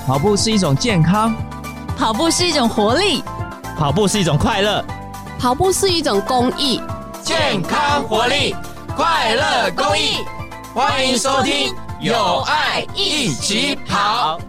跑步是一种健康， 跑步是一种活力， 跑步是一种快乐， 跑步是一种公益。 健康活力快乐公益，欢迎收听有爱一起跑。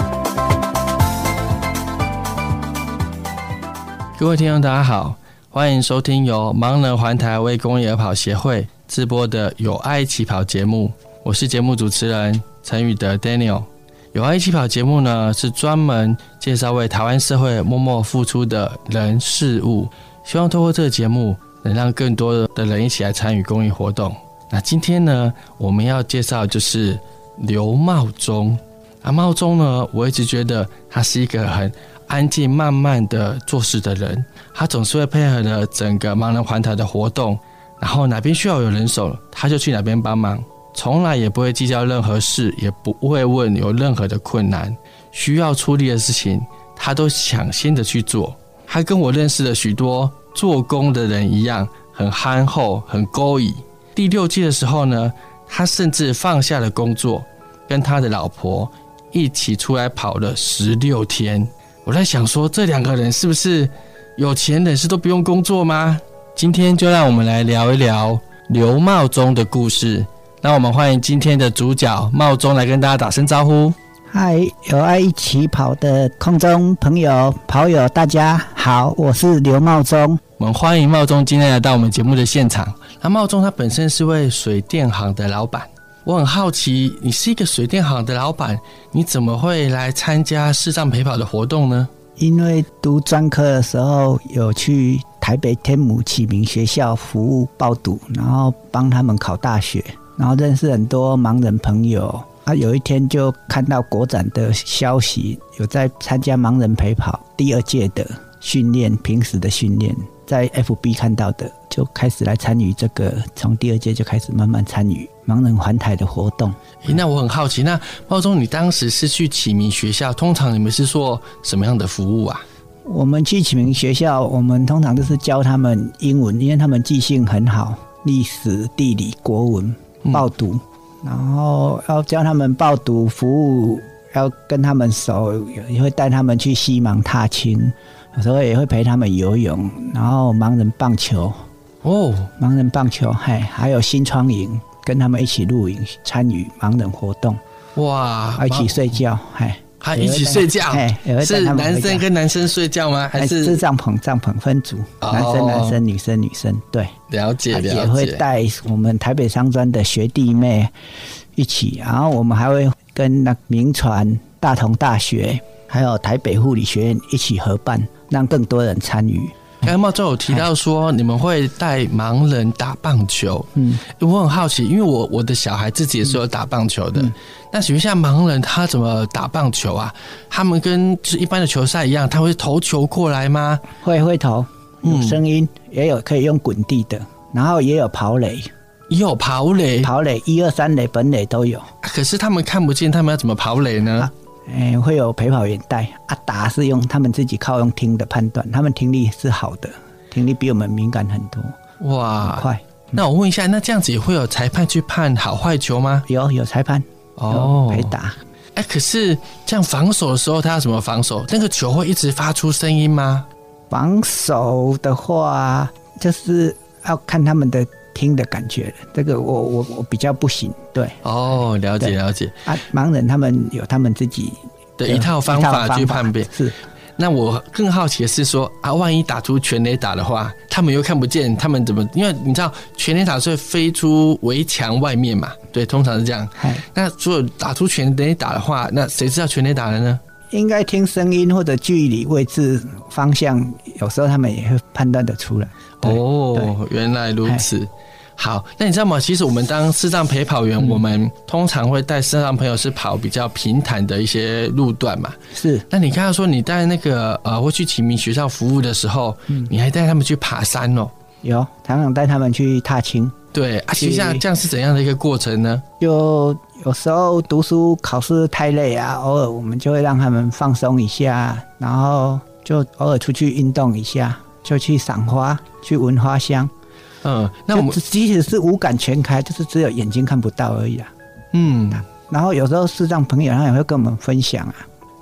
各位听众大家好，欢迎收听由盲人环台为公益而跑协会直播的有爱一起跑节目，我是节目主持人陈宇德 Daniel。 有爱一起跑节目呢，是专门介绍为台湾社会默默付出的人事物，希望透过这个节目能让更多的人一起来参与公益活动。那今天呢，我们要介绍的就是刘茂忠。茂忠呢，我一直觉得他是一个很安静慢慢的做事的人，他总是会配合了整个盲人环台的活动，然后哪边需要有人手他就去哪边帮忙，从来也不会计较任何事，也不会问有任何的困难，需要出力的事情他都抢先的去做。他跟我认识的许多做工的人一样，很憨厚很勾引。第6季的时候呢，他甚至放下了工作，跟他的老婆一起出来跑了16天。我在想说，这2个人是不是有钱人士都不用工作吗？今天就让我们来聊一聊刘茂忠的故事。那我们欢迎今天的主角茂忠来跟大家打声招呼。 嗨，有爱一起跑的空中朋友跑友大家好，我是刘茂忠。 我们欢迎茂忠今天来到我们节目的现场。那茂忠他本身是位水电行的老板，我很好奇，你是一个水电行的老板，你怎么会来参加视障陪跑的活动呢？ 因为读专科的时候有去台北天母启明学校服务报读，然后帮他们考大学，然后认识很多盲人朋友。有一天就看到国展的消息，有在参加盲人陪跑第2届的训练，平时的训练，在 FB 看到的，就开始来参与这个，从第2届就开始慢慢参与盲人环台的活动。 那我很好奇，那茂忠你当时是去启明学校，通常你们是做什么样的服务啊？ 我们去启明学校，我们通常都是教他们英文，因为他们记性很好，历史地理国文报读，然后要教他们报读服务，要跟他们熟，也会带他们去西盲踏青，有时候也会陪他们游泳，然后盲人棒球盲人棒球，还有新创营，跟他们一起露营，参与盲人活动。哇，一起睡觉， 还一起睡觉，是男生跟男生睡觉吗？还是帐篷分组，男生女生，对， 了解。 也会带我们台北商专的学弟妹一起，然后我们还会跟铭传、大同大学还有台北护理学院一起合办，让更多人参与。 刚才茂忠有提到说你们会带盲人打棒球，我很好奇，因为我的小孩自己也是有打棒球的，那请问一下，盲人他怎么打棒球啊？他们跟就是一般的球赛一样，他会投球过来吗？ 会投，有声音，也有可以用滚地的，然后也有跑垒， 也有跑垒 1、2、3垒本垒都有。 可是他们看不见，他们要怎么跑垒呢？ 会有陪跑员带打是用他们自己靠用听的判断，他们听力是好的，听力比我们敏感很多。哇，很快。 那我问一下，那这样子也会有裁判去判好坏球吗？ 有裁判陪打。 可是这样防守的时候他要怎么防守？那个球会一直发出声音吗？ 防守的话就是要看他们的听的感觉了，这个我比较不行，对。 了解盲人他们有他们自己的一套方法去判别。 是。 那我更好奇的是说万一打出全垒打的话，他们又看不见，他们怎么？因为你知道全垒打是会飞出围墙外面嘛，对，通常是这样。那如果打出全垒打的话，那谁知道全垒打了呢？ 应该听声音或者距离、位置、方向，有时候他们也会判断得出来。 原来如此。好，那你知道吗？其实我们当视障陪跑员，我们通常会带视障朋友是跑比较平坦的一些路段嘛。 是。 那你刚才说你带那个会去启明学校服务的时候，你还带他们去爬山哦？ 有，常常带他们去踏青。 对其实这样是怎样的一个过程呢？ 有时候读书考试太累偶尔我们就会让他们放松一下，然后就偶尔出去运动一下，就去赏花，去闻花香。那我们即使是五感全开，就是只有眼睛看不到而已啊。然后有时候视障朋友他也会跟我们分享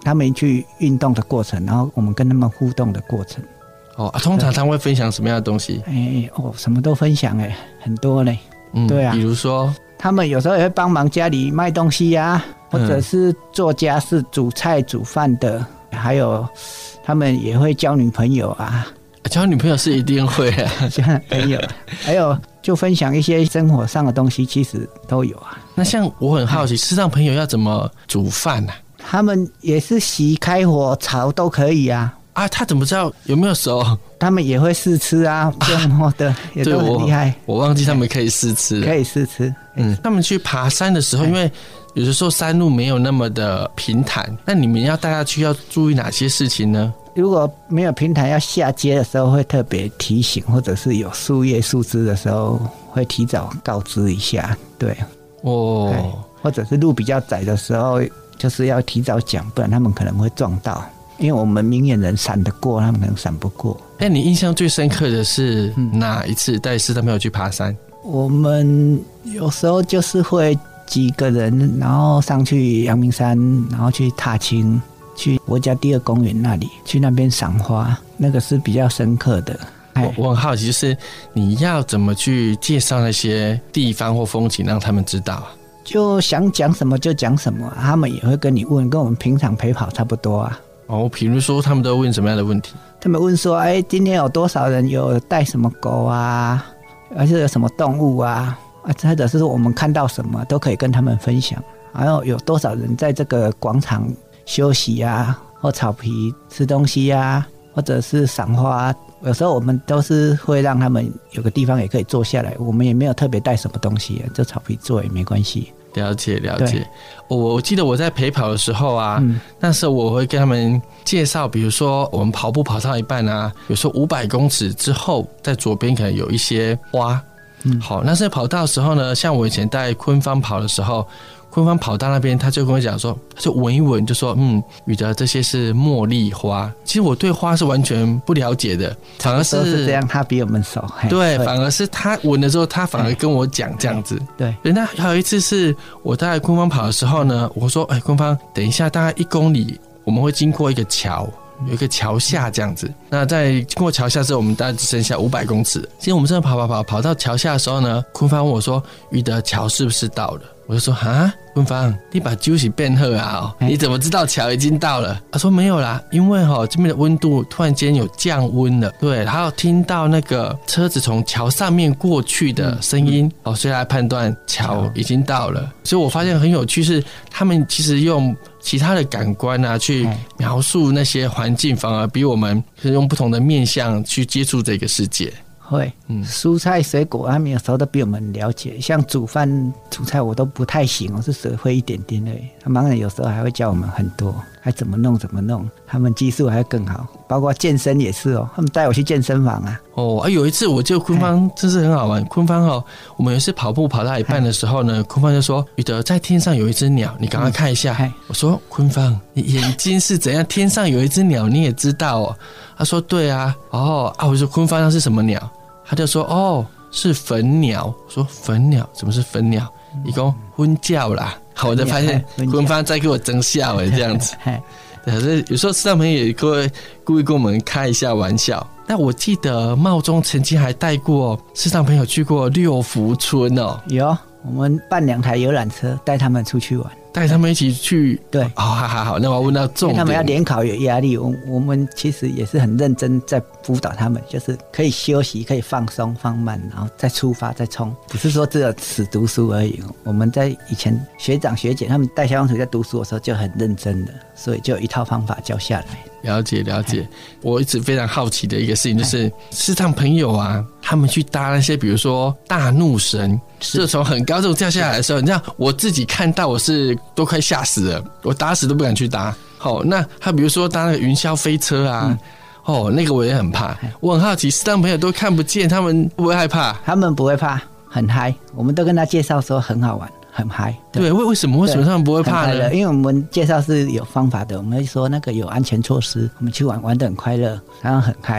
他们去运动的过程，然后我们跟他们互动的过程。 通常他会分享什么样的东西？ 什么都分享很多嘞。对啊， 比如说他们有时候也会帮忙家里卖东西啊，或者是做家事、煮菜、煮饭的，还有他们也会交女朋友啊。 交女朋友是一定会啊， 交女朋友，还有就分享一些生活上的东西，其实都有啊。 那像我很好奇，视障朋友要怎么煮饭啊？ 他们也是洗、开火、炒都可以啊。 他怎么知道有没有熟？ 他们也会试吃啊，这么的也都很厉害。 我忘记他们可以试吃了， 可以试吃。 他们去爬山的时候，因为有的时候山路没有那么的平坦，那你们要带他去要注意哪些事情呢？ 如果没有平坦要下阶的时候，会特别提醒，或者是有树叶树枝的时候，会提早告知一下。对，或者是路比较窄的时候，就是要提早讲，不然他们可能会撞到。因为我们明眼人闪得过，他们可能闪不过。 你印象最深刻的是哪一次带视障朋友去爬山？ 我们有时候就是会几个人，然后上去阳明山，然后去踏青，去国家第2公园那里，去那边赏花，那个是比较深刻的。 我很好奇，就是你要怎么去介绍那些地方或风景，让他们知道啊？ 就想讲什么就讲什么，他们也会跟你问，跟我们平常陪跑差不多啊。 比如说他们都问什么样的问题？ 他们问说，今天有多少人有带什么狗啊，还是有什么动物啊，或者是我们看到什么都可以跟他们分享。还有多少人在这个广场休息啊，或草皮吃东西啊，或者是赏花。有时候我们都是会让他们有个地方也可以坐下来，我们也没有特别带什么东西，就草皮坐也没关系。 了解。我记得我在陪跑的时候啊，那时候我会跟他们介绍，比如说我们跑步跑到一半啊，比如说500公尺之后，在左边可能有一些花。好，那在跑道的时候呢，像我以前带昆芳跑的时候，昆芳跑到那边，他就跟我讲说，他就闻一闻，就说宇德这些是茉莉花。其实我对花是完全不了解的，反而是这样，他比我们熟。 对，反而是他闻的时候，他反而跟我讲这样子。对，那还有一次是我带昆芳跑的时候呢，我说昆芳，等一下大概1公里我们会经过一个桥，有一个桥下这样子。那在经过桥下之后，我们大概只剩下500公尺。其实我们真的跑到桥下的时候呢，昆芳问我说，宇德桥是不是到了？我就说昆芳，你把酒是变好啊，你怎么知道桥已经到了？他说没有啦，因为这边的温度突然间有降温了，对，还有听到那个车子从桥上面过去的声音，所以来判断桥已经到了。所以我发现很有趣是，他们其实用其他的感官啊去描述那些环境，反而比我们是用不同的面向去接触这个世界。 会，蔬菜水果他们有时候都比我们了解，像煮饭煮菜我都不太行，我是只会一点点而已。他们有时候还会教我们很多，还怎么弄，他们技术还会更好。包括健身也是他们带我去健身房啊。 有一次我就昆芳真是很好玩，昆芳我们有一次跑步跑到一半的时候呢，昆芳就说，宇德在天上有一只鸟，你赶快看一下。我说昆芳，你眼睛是怎样？天上有一只鸟你也知道哦？他说对啊。我说昆芳那是什么鸟？他就说是粉鸟。我说粉鸟？什么是粉鸟？你说昏叫啦。好，我才发现昆芳在给我争笑这样子。可是有时候视障朋友也会故意跟我们开一下玩笑。那我记得茂忠曾经还带过视障朋友去过六福村有，我们办2台游览车带他们出去玩。 带他们一起去。 对， 好，那我要问到重点。 他们要联考有压力，我们其实也是很认真在辅导他们，就是可以休息，可以放松放慢，然后再出发再冲，不是说只有死读书而已。我们在以前学长学姐他们带消防队在读书的时候就很认真的，所以就有一套方法教下来。 了解。我一直非常好奇的一个事情就是视障朋友啊，他们去搭那些比如说大怒神，就从很高处掉下来的时候，你知道我自己看到我是都快吓死了，我打死都不敢去搭。那他比如说搭那个云霄飞车啊，那个我也很怕。我很好奇视障朋友都看不见，他们会不会害怕？ 他们不会怕，很嗨。我们都跟他介绍说很好玩很嗨。 对，为什么他们不会怕呢？ 因为我们介绍是有方法的，我们会说那个有安全措施，我们去玩得很快乐，然后很嗨。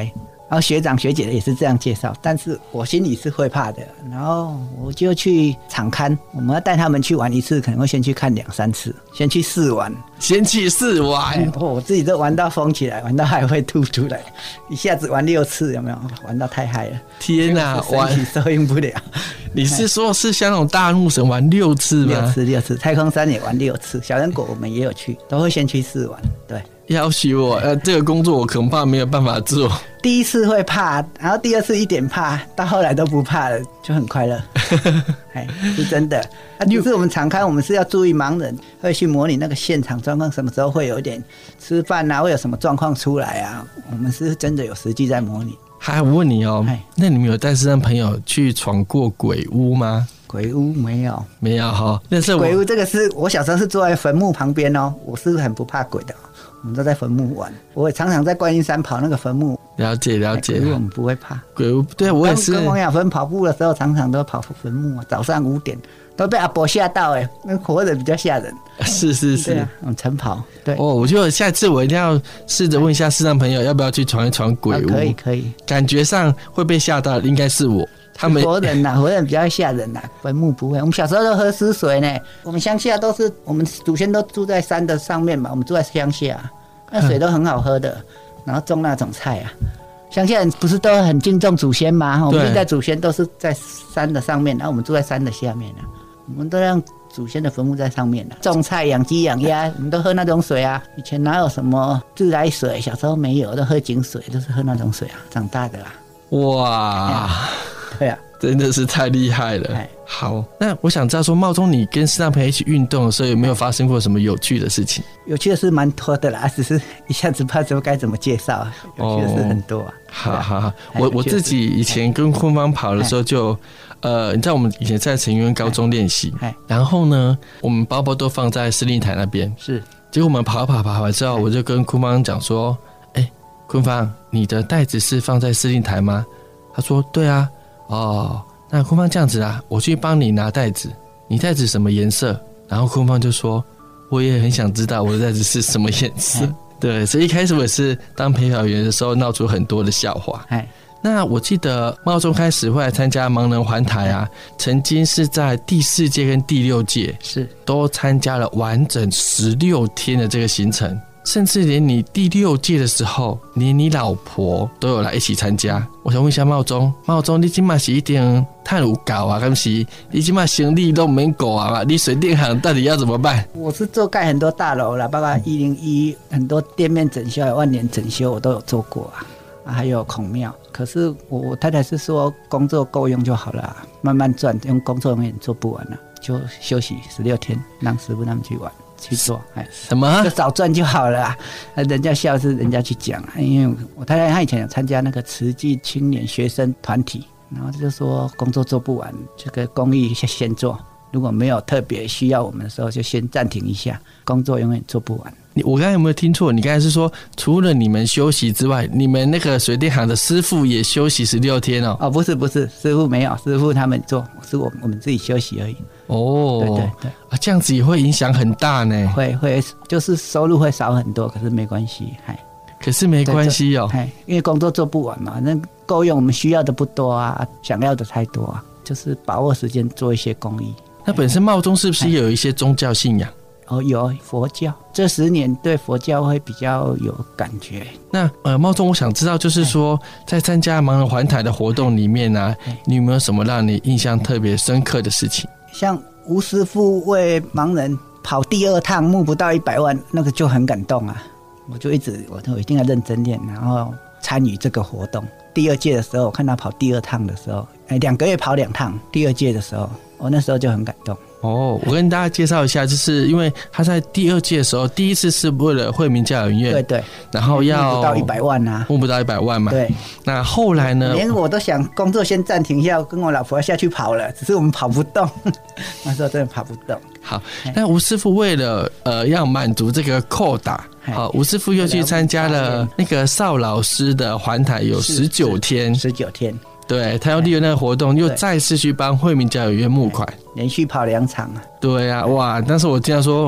然后学长学姐也是这样介绍，但是我心里是会怕的。然后我就去场勘，我们要带他们去玩一次，可能会先去看2-3次，先去试玩， 先去试玩。 我自己都玩到疯起来，玩到还会吐出来，一下子玩6次，有没有？玩到太嗨了！ 天哪， 身体适应不了。 你是说是像那种大怒神玩6次吗 ？6次，太空山也玩6次，小人国我们也有去，都会先去试玩。对， 要许我这个工作我恐怕没有办法做。 第一次会怕，然后第二次一点怕，到后来都不怕了，就很快乐。是真的。就是我们常看，我们是要注意盲人，会去模拟那个现场状况，什么时候会有一点吃饭啊，会有什么状况出来啊，我们是真的有实际在模拟。 还我问你哦，那你们有带视障朋友去闯过鬼屋吗？ 鬼屋没有， 没有哈。那是鬼屋，这个是我小时候是坐在坟墓旁边哦，我是很不怕鬼的。我们都在坟墓玩，我也常常在观音山跑那个坟墓。 了解。 鬼屋我们不会怕。 鬼屋，对我也是。 跟王亚芬跑步的时候，常常都跑坟墓啊，早上5点都被阿伯吓到那活人比较吓人。 是。 对啊，晨跑。对。 我觉得下次我一定要试着问一下视障朋友，要不要去闯一闯鬼屋？ 可以。感觉上会被吓到，应该是我。他们活人呐，活人比较吓人呐，坟墓不会。我们小时候都喝湿水呢。我们乡下都是我们祖先都住在山的上面嘛，我们住在乡下，那水都很好喝的，然后种那种菜啊。乡下人不是都很敬重祖先吗？我们现在祖先都是在山的上面，然后我们住在山的下面啊。我们都让祖先的坟墓在上面啊，种菜、养鸡、养鸭，我们都喝那种水啊。以前哪有什么自来水？小时候没有，都喝井水，都是喝那种水啊，长大的啦。 哇！ 对啊， 真的是太厉害了。好，那我想知道说，茂忠你跟视障朋友一起运动的时候，有没有发生过什么有趣的事情？ 有趣的事蛮多的啦，只是一下子不知道该怎么介绍啊。有趣的事很多啊。 好，我自己以前跟坤芳跑的时候就，你知道我们以前在成渊高中练习，然后呢，我们包包都放在司令台那边， 是。 结果我们跑完之后，我就跟坤芳讲说，坤芳，你的袋子是放在司令台吗？他说，对啊。哦，那坤芳这样子啊，我去帮你拿袋子，你袋子什么颜色？然后坤芳就说，我也很想知道我的袋子是什么颜色。对，所以一开始我是当陪跑员的时候闹出很多的笑话。那我记得茂忠开始会来参加盲人环台啊，曾经是在第4届跟第6届是都参加了完整16天的这个行程。甚至连你第6届的时候，连你老婆都有来一起参加。我想问一下茂忠，你现在是一定太有搞啊？还是你现在行李都没够啊？你水电行到底要怎么办？ 我是做盖很多大楼啦，包括101很多店面整修、万年整修，我都有做过啊。还有孔庙，可是我太太是说工作够用就好了，慢慢赚，用工作永远做不完了，就休息16天，让师傅他们去玩。去做， 什么就少赚就好了人家笑是人家去讲因为我太太她以前有参加那个慈济青年学生团体，然后就说工作做不完，这个公益先做，如果没有特别需要我们的时候，就先暂停一下，工作永远做不完。 我刚才有没有听错？你刚才是说除了你们休息之外，你们那个水电行的师傅也休息16天哦？ 不是，师傅没有，师傅他们做，是我们自己休息而已。对这样子也会影响很大呢。 会，就是收入会少很多，可是没关系。 可是没关系哦， 因为工作做不完嘛，那够用，我们需要的不多啊，想要的太多啊，就是把握时间做一些公益。 那本身茂忠是不是也有一些宗教信仰？ 有佛教，这10年对佛教会比较有感觉。 那茂忠，我想知道，就是说，在参加盲人环台的活动里面啊，你有没有什么让你印象特别深刻的事情？ 像吴师傅为盲人跑第2趟募不到100万，那个就很感动啊！我就一定要认真练，然后参与这个活动。第2届的时候，我看他跑第2趟的时候，2个月跑2趟。第2届的时候，我那时候就很感动。 我跟大家介绍一下，就是因为他在第2届的时候，第一次是为了惠民教养院， 对， 然后要募不到100万啊， 募不到100万嘛。 对， 那后来呢？ 连我都想工作先暂停一下，跟我老婆下去跑了，只是我们跑不动，那时候真的跑不动。 好，那吴师傅为了要满足这个扣打，好，吴师傅又去参加了那个邵老师的环台，有19天，19天。对，他要利用那个活动，又再次去帮惠民教养院募款， 连续跑2场啊。 对啊，哇！但是我经常说，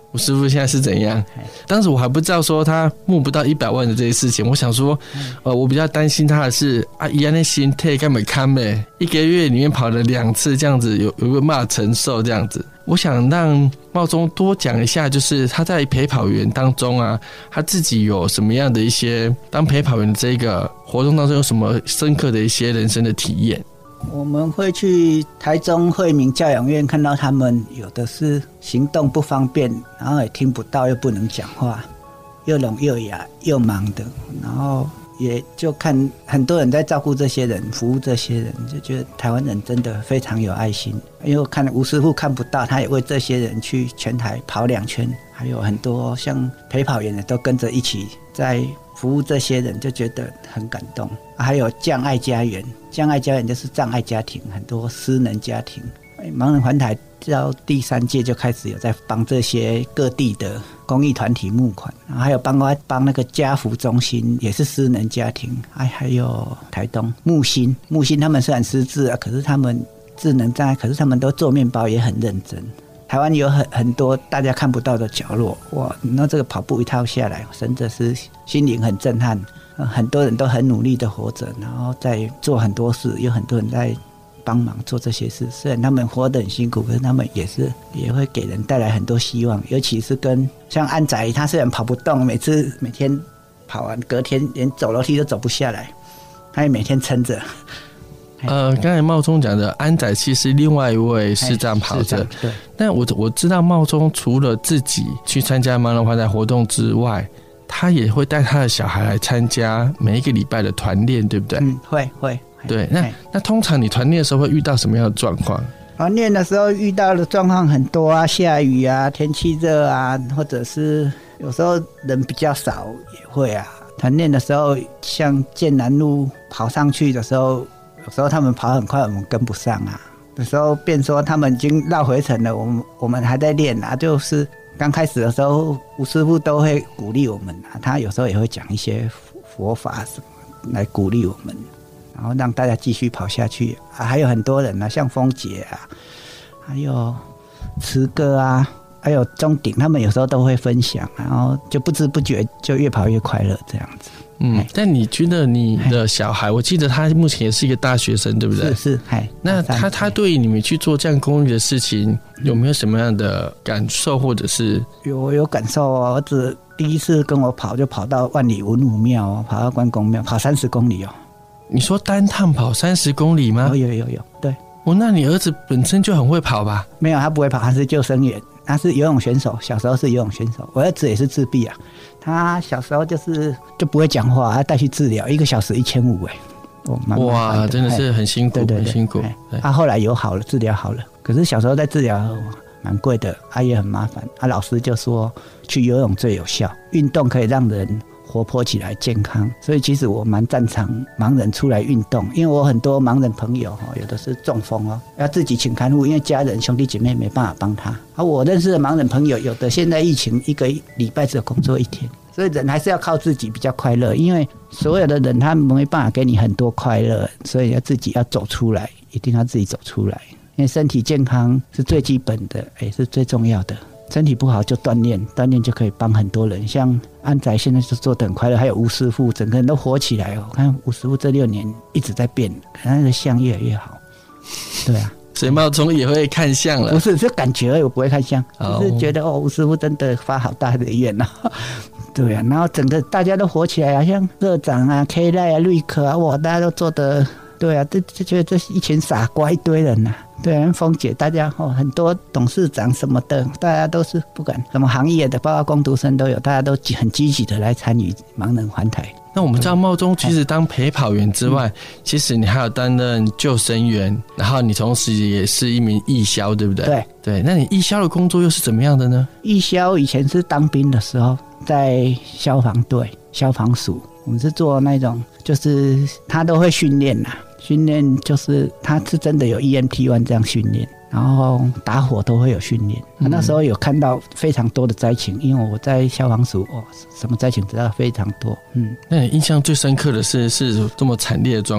吴师傅现在是怎样？当时我还不知道说他募不到100万的这些事情，我想说，我比较担心他的是啊，一样的心态干没看没，1个月里面跑了2次这样子，有没有办法承受这样子？我想让茂忠多讲一下，就是他在陪跑员当中啊，他自己有什么样的一些当陪跑员的这个活动当中有什么深刻的一些人生的体验？ 我们会去台中惠民教养院，看到他们有的是行动不方便，然后也听不到，又不能讲话，又聋又哑又盲的，然后也就看很多人在照顾这些人，服务这些人，就觉得台湾人真的非常有爱心。因为我看吴师傅看不到，他也为这些人去全台跑2圈，还有很多像陪跑员的都跟着一起在服务这些人，就觉得很感动。还有障碍家园，障碍家园就是障碍家庭，很多失能家庭。盲人环台到第3届就开始有在帮这些各地的公益团体募款，然后还有帮那个家福中心，也是失能家庭，还有台东木星他们虽然失智啊，可是他们智能障碍，可是他们都做面包也很认真。台湾有很多大家看不到的角落，哇！那这个跑步一套下来，真的是心灵很震撼。很多人都很努力的活着，然后在做很多事，有很多人在帮忙做这些事。虽然他们活得很辛苦，可是他们也会给人带来很多希望。尤其是跟像安仔，他虽然跑不动，每天跑完，隔天连走楼梯都走不下来，他也每天撑着。 刚才茂忠讲的安仔其实另外一位视障跑者， 对。 但我知道茂忠除了自己去参加盲人环台活动之外，他也会带他的小孩来参加每一个礼拜的团练，对不对？ 会。 对，那通常你团练的时候会遇到什么样的状况？ 团练的时候遇到的状况很多啊，下雨啊，天气热啊，或者是有时候人比较少也会啊。团练的时候，像剑南路跑上去的时候，有时候他们跑很快，我们跟不上啊。有时候变说他们已经绕回程了，我们还在练啊，就是刚开始的时候，吴师傅都会鼓励我们啊，他有时候也会讲一些佛法什么来鼓励我们，然后让大家继续跑下去啊。还有很多人啊，像峰姐啊，还有慈哥啊，还有钟鼎，他们有时候都会分享，然后就不知不觉就越跑越快乐这样子。 但你觉得你的小孩，我记得他目前也是一个大学生，对不对？ 是。 那他对你们去做这样公益的事情，有没有什么样的感受，或者是有感受哦？儿子第一次跟我跑，就跑到万里文武庙哦，跑到关公庙，跑30公里哦。 你说单趟跑30公里吗？ 有，对。 那你儿子本身就很会跑吧？ 没有，他不会跑，他是救生员，他是游泳选手，小时候是游泳选手。我儿子也是自闭啊，他小时候就不会讲话，他带去治疗，1个小时1500哎， 哇，真的是很辛苦， 对很辛苦。 他后来有好了，治疗好了，可是小时候在治疗蛮贵的，也很麻烦。老师就说去游泳最有效，运动可以让人活泼起来，健康。所以其实我蛮赞成盲人出来运动，因为我很多盲人朋友有的是中风哦，要自己请看护，因为家人兄弟姐妹没办法帮他。我认识的盲人朋友，有的现在疫情1个礼拜只有工作1天，所以人还是要靠自己比较快乐。因为所有的人他没办法给你很多快乐，所以要自己要走出来，一定要自己走出来。因为身体健康是最基本的，也是最重要的。身体不好就锻炼，锻炼就可以帮很多人。像安仔现在就做得很快乐，还有吴师傅，整个人都活起来哦。我看吴师傅这6年一直在变，他的相越来越好。对啊， 所以茂忠也会看相了？ 不是，就感觉而已，我不会看相，就是觉得吴师傅真的发好大的愿啊。对啊，然后整个大家都活起来啊，像乐长啊、K 赖啊、瑞克啊，哇，大家都做得。对啊，就觉得这是一群傻瓜，一堆人啊。对啊，峰姐，大家很多董事长什么的，大家都是不管什么行业的，包括工读生都有，大家都很积极的来参与盲人环台。 那我们知道茂忠其实当陪跑员之外，其实你还有担任救生员，然后你同时也是一名义消，对不对？对。那你义消的工作又是怎么样的呢？ 义消以前是当兵的时候，在消防队、消防署，我们是做那种，就是他都会训练啦。训练就是他是真的有 EMT1 这样训练，然后打火都会有训练。那时候有看到非常多的灾情，因为我在消防署，什么灾情知道非常多。 那你印象最深刻的是这么惨烈的状况？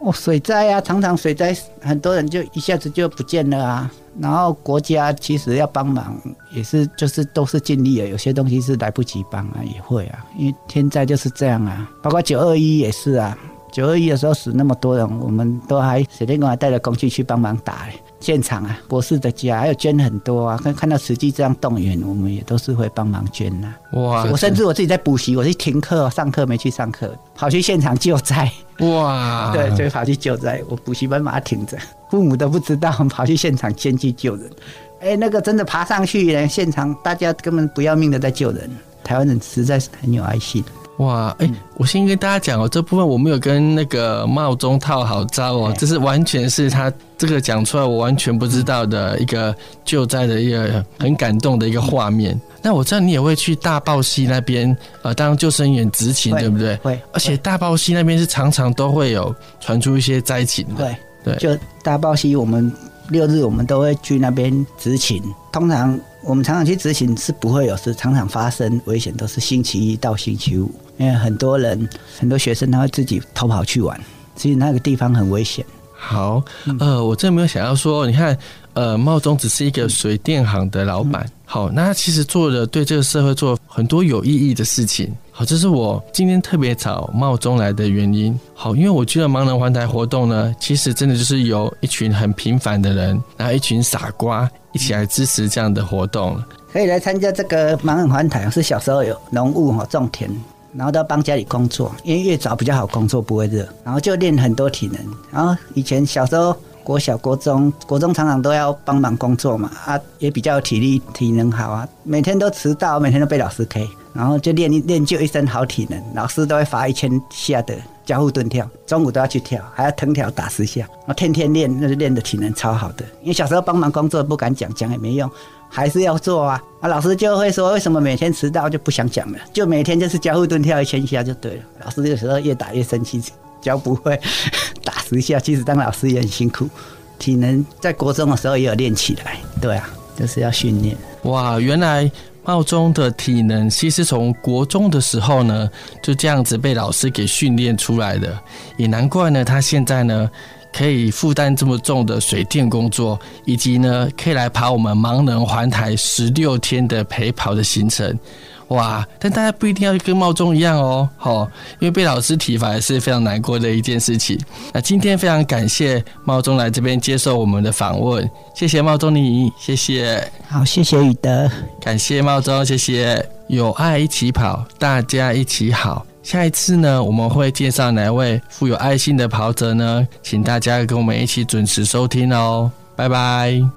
水灾啊，常常水灾，很多人就一下子就不见了啊。然后国家其实要帮忙，也是就是都是尽力了，有些东西是来不及帮啊，也会啊，因为天灾就是这样啊，包括921也是啊。921的时候死那么多人，我们都还水电工还带着工具去帮忙打现场啊，博士的家还有捐很多啊，看到慈济这样动员，我们也都是会帮忙捐啊。哇！我甚至我自己在补习，我去停课上课没去上课，跑去现场救灾。哇！对，就跑去救灾，我补习班把它停着，父母都不知道，跑去现场先去救人。那个真的爬上去现场大家根本不要命的在救人，台湾人实在是很有爱心。 哇，我先跟大家讲这部分我没有跟那个茂忠套好招这是完全是他这个讲出来我完全不知道的一个救灾的一个很感动的一个画面。那我知道你也会去大豹溪那边当救生员执勤，对不对？会，而且大豹溪那边是常常都会有传出一些灾情的。对，就大豹溪我们6日我们都会去那边执勤，通常我们常常去执勤是不会有事，常常发生危险都是星期1到星期5，因为很多学生他会自己偷跑去玩，其实那个地方很危险。好，我真的没有想要说，你看，茂忠只是一个水电行的老板，好，那他其实做了对这个社会做很多有意义的事情。好，这是我今天特别找茂忠来的原因。好，因为我觉得盲人环台活动呢，其实真的就是由一群很平凡的人，然后一群傻瓜一起来支持这样的活动。可以来参加这个盲人环台，是小时候有农务种田，然后都要帮家里工作，因为越早比较好工作，不会热，然后就练很多体能。然后以前小时候国小国中常常都要帮忙工作嘛，也比较有体力体能好啊，每天都迟到，每天都被老师 K， 然后就练就一身好体能，老师都会罚1000下的交互蹲跳，中午都要去跳，还要藤条打10下，然后天天练，那就练的体能超好的。因为小时候帮忙工作不敢讲也没用，还是要做啊。老师就会说为什么每天迟到，就不想讲了，就每天就是交互蹲跳1000下就对了。老师有时候越打越生气，教不会打10下，其实当老师也很辛苦，体能在国中的时候也有练起来。对啊，就是要训练。哇，原来茂忠的体能其实从国中的时候呢就这样子被老师给训练出来的，也难怪呢他现在呢可以负担这么重的水电工作，以及呢可以来跑我们盲人环台16天的陪跑的行程。哇！但大家不一定要跟茂忠一样因为被老师体罚也是非常难过的一件事情。那今天非常感谢茂忠来这边接受我们的访问，谢谢茂忠你，谢谢。好，谢谢宇德，感谢茂忠，谢谢。有爱一起跑，大家一起好。下一次呢，我们会介绍哪位富有爱心的跑者呢？请大家跟我们一起准时收听哦，拜拜。